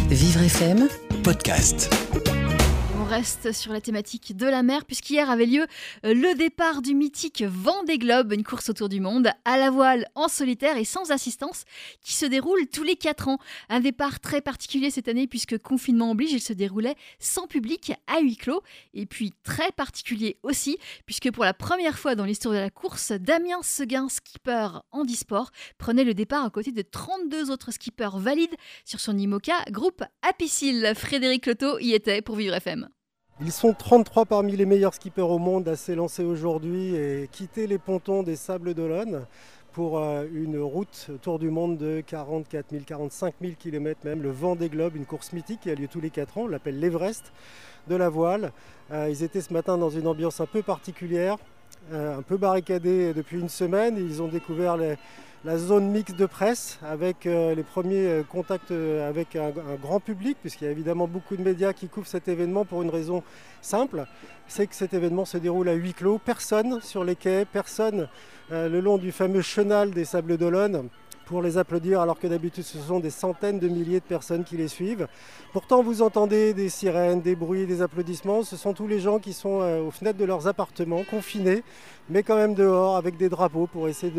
Vivre FM Podcast. On reste sur la thématique de la mer puisqu'hier avait lieu le départ du mythique Vendée Globe, une course autour du monde à la voile en solitaire et sans assistance qui se déroule tous les 4 ans. Un départ très particulier cette année puisque confinement oblige, il se déroulait sans public à huis clos. Et puis très particulier aussi puisque pour la première fois dans l'histoire de la course, Damien Seguin, skipper handisport, prenait le départ à côté de 32 autres skippers valides sur son IMOCA groupe Apicil. Frédéric Loto y était pour Vivre FM. Ils sont 33 parmi les meilleurs skippers au monde à s'élancer aujourd'hui et quitter les pontons des Sables d'Olonne pour une route autour du monde de 44 000, 45 000 km même, le Vendée Globe, une course mythique qui a lieu tous les 4 ans, on l'appelle l'Everest de la voile. Ils étaient ce matin dans une ambiance un peu particulière, un peu barricadés depuis une semaine. Ils ont découvert la zone mixte de presse avec les premiers contacts avec un grand public, puisqu'il y a évidemment beaucoup de médias qui couvrent cet événement pour une raison simple, c'est que cet événement se déroule à huis clos, personne sur les quais, personne le long du fameux chenal des Sables d'Olonne pour les applaudir, alors que d'habitude ce sont des centaines de milliers de personnes qui les suivent. Pourtant vous entendez des sirènes, des bruits, des applaudissements, ce sont tous les gens qui sont aux fenêtres de leurs appartements, confinés, mais quand même dehors avec des drapeaux pour essayer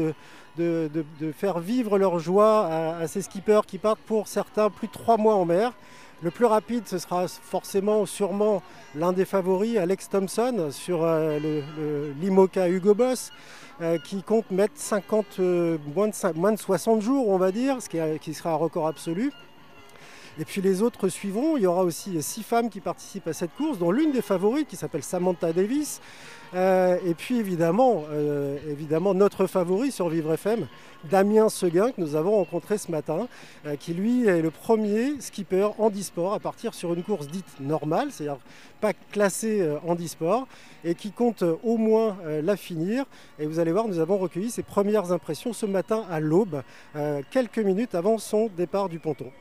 de faire vivre leur joie à ces skippers qui partent pour certains plus de 3 mois en mer. Le plus rapide, ce sera sûrement l'un des favoris, Alex Thompson, sur l'IMOCA Hugo Boss, qui compte mettre moins de 60 jours, on va dire, qui sera un record absolu. Et puis les autres suivront. Il y aura aussi 6 femmes qui participent à cette course, dont l'une des favorites qui s'appelle Samantha Davis. Et puis évidemment, notre favori sur Vivre FM, Damien Seguin, que nous avons rencontré ce matin, qui lui est le premier skipper handisport à partir sur une course dite normale, c'est-à-dire pas classée handisport, et qui compte au moins la finir. Et vous allez voir, nous avons recueilli ses premières impressions ce matin à l'aube, quelques minutes avant son départ du ponton.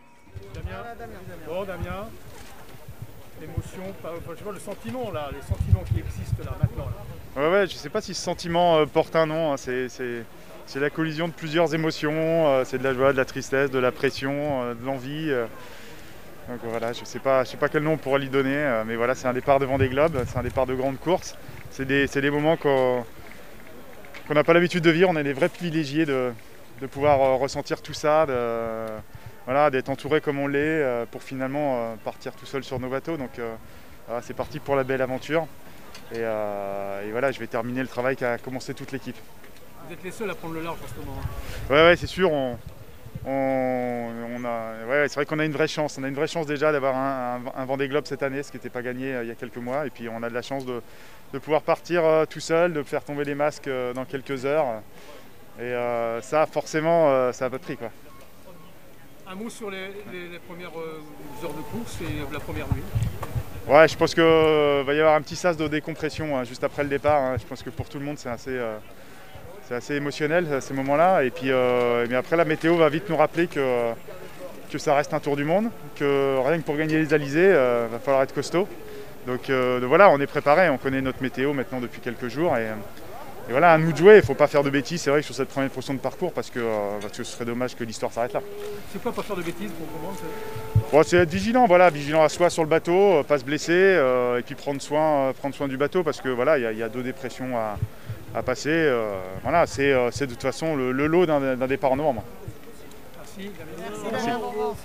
Damien, l'émotion, je sais pas, le sentiment là, les sentiments qui existent là maintenant. Là. Ouais, je sais pas si ce sentiment porte un nom, hein. C'est la collision de plusieurs émotions, c'est de la joie, de la tristesse, de la pression, de l'envie. Donc voilà, je sais pas quel nom on pourrait lui donner, mais voilà, c'est un départ de Vendée Globe, c'est un départ de grande course. C'est des moments qu'on n'a pas l'habitude de vivre, on est des vrais privilégiés de pouvoir ressentir tout ça. Voilà, d'être entouré comme on l'est pour finalement partir tout seul sur nos bateaux. Donc voilà, c'est parti pour la belle aventure. Et voilà, je vais terminer le travail qu'a commencé toute l'équipe. Vous êtes les seuls à prendre le large en ce moment. Ouais, c'est sûr. C'est vrai qu'on a une vraie chance. On a une vraie chance déjà d'avoir un Vendée Globe cette année, ce qui n'était pas gagné il y a quelques mois. Et puis on a de la chance de pouvoir partir tout seul, de faire tomber les masques dans quelques heures. Et ça, forcément, ça a pas de prix, quoi. Un mot sur les premières heures de course et la première nuit. Ouais, je pense qu'il va y avoir un petit sas de décompression juste après le départ. Je pense que pour tout le monde, c'est assez émotionnel ces moments-là. Et puis mais après, la météo va vite nous rappeler que ça reste un tour du monde, que rien que pour gagner les alizés, va falloir être costaud. Donc voilà, on est préparé, on connaît notre météo maintenant depuis quelques jours. Et voilà, à nous de jouer, il ne faut pas faire de bêtises, c'est vrai, sur cette première portion de parcours, parce que ce serait dommage que l'histoire s'arrête là. C'est quoi pas faire de bêtises pour comment c'est être vigilant, vigilant à soi sur le bateau, pas se blesser, et puis prendre soin du bateau, parce que voilà, il y a 2 dépressions à passer. Voilà, c'est de toute façon le lot d'un départ en novembre. Merci.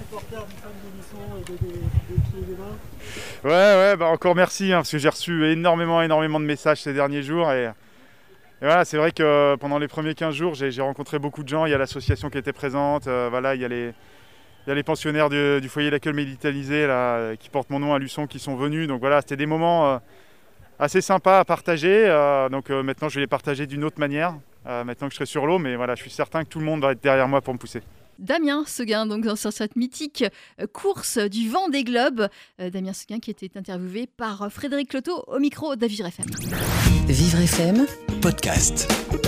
Ouais, encore merci, parce que j'ai reçu énormément de messages ces derniers jours. Et voilà, c'est vrai que pendant les premiers 15 jours, j'ai rencontré beaucoup de gens. Il y a l'association qui était présente, il y a les pensionnaires du foyer d'accueil médicalisé là, qui portent mon nom à Luçon qui sont venus. Donc voilà, c'était des moments assez sympas à partager. Donc maintenant, je vais les partager d'une autre manière, maintenant que je serai sur l'eau. Mais voilà, je suis certain que tout le monde va être derrière moi pour me pousser. Damien Seguin, donc sur cette mythique course du Vendée Globe. Damien Seguin qui était interviewé par Frédéric Loto au micro de Vivre FM. Vivre FM Podcast.